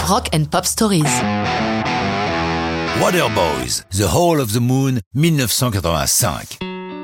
Rock and Pop Stories. Waterboys, The Hall of the Moon, 1985.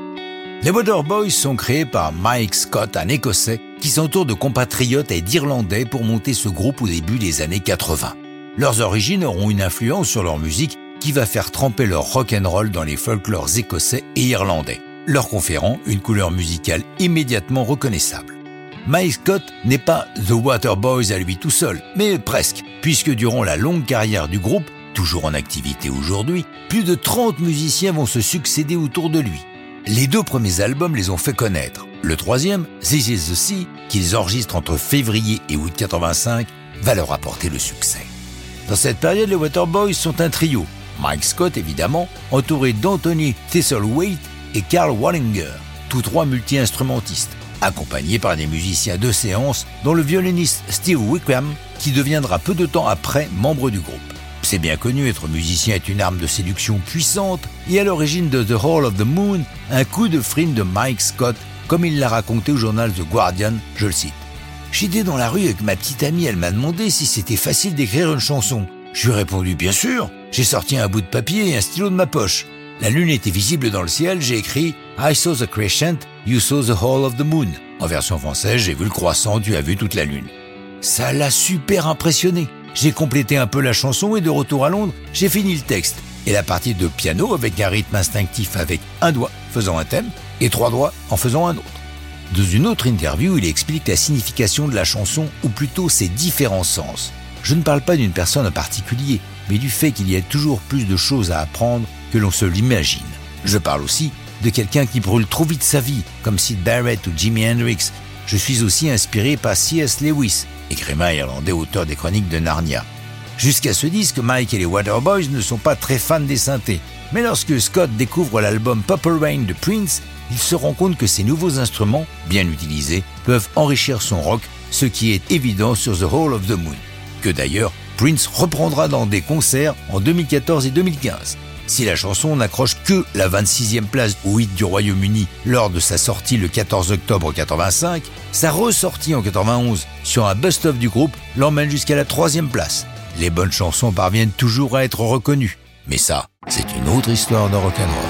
Les Waterboys sont créés par Mike Scott, un Écossais, qui s'entoure de compatriotes et d'Irlandais pour monter ce groupe au début des années 80. Leurs origines auront une influence sur leur musique qui va faire tremper leur rock'n'roll dans les folklores écossais et irlandais, leur conférant une couleur musicale immédiatement reconnaissable. Mike Scott n'est pas The Waterboys à lui tout seul, mais presque, puisque durant la longue carrière du groupe, toujours en activité aujourd'hui, plus de 30 musiciens vont se succéder autour de lui. Les 2 premiers albums les ont fait connaître. Le 3e, This Is the Sea, qu'ils enregistrent entre février et août 85, va leur apporter le succès. Dans cette période, les Waterboys sont un trio. Mike Scott, évidemment, entouré d'Anthony Thistlethwaite et Karl Wallinger, tous 3 multi-instrumentistes, accompagnés par des musiciens de séance, dont le violoniste Steve Wickham, qui deviendra peu de temps après membre du groupe. C'est bien connu, être musicien est une arme de séduction puissante, et à l'origine de The Hall of the Moon, un coup de frime de Mike Scott, comme il l'a raconté au journal The Guardian, je le cite. « J'étais dans la rue avec ma petite amie, elle m'a demandé si c'était facile d'écrire une chanson. Je lui ai répondu « Bien sûr !» J'ai sorti un bout de papier et un stylo de ma poche. La lune était visible dans le ciel, j'ai écrit « I saw the crescent, you saw the Hall of the Moon ». En version française, j'ai vu le croissant, tu as vu toute la lune. Ça l'a super impressionné. J'ai complété un peu la chanson et de retour à Londres, j'ai fini le texte. Et la partie de piano avec un rythme instinctif avec un doigt faisant un thème et 3 doigts en faisant un autre. Dans une autre interview, il explique la signification de la chanson, ou plutôt ses différents sens. Je ne parle pas d'une personne en particulier, mais du fait qu'il y a toujours plus de choses à apprendre que l'on se l'imagine. Je parle aussi de quelqu'un qui brûle trop vite sa vie, comme Syd Barrett ou Jimi Hendrix. Je suis aussi inspiré par C.S. Lewis, écrivain irlandais auteur des chroniques de Narnia. Jusqu'à ce disque, Mike et les Waterboys ne sont pas très fans des synthés. Mais lorsque Scott découvre l'album Purple Rain de Prince, il se rend compte que ces nouveaux instruments, bien utilisés, peuvent enrichir son rock, ce qui est évident sur The Hall of the Moon, que d'ailleurs Prince reprendra dans des concerts en 2014 et 2015. Si la chanson n'accroche que la 26e place au hit du Royaume-Uni lors de sa sortie le 14 octobre 85, sa ressortie en 91 sur un best-of du groupe l'emmène jusqu'à la 3e place. Les bonnes chansons parviennent toujours à être reconnues. Mais ça, c'est une autre histoire de rock'n'roll.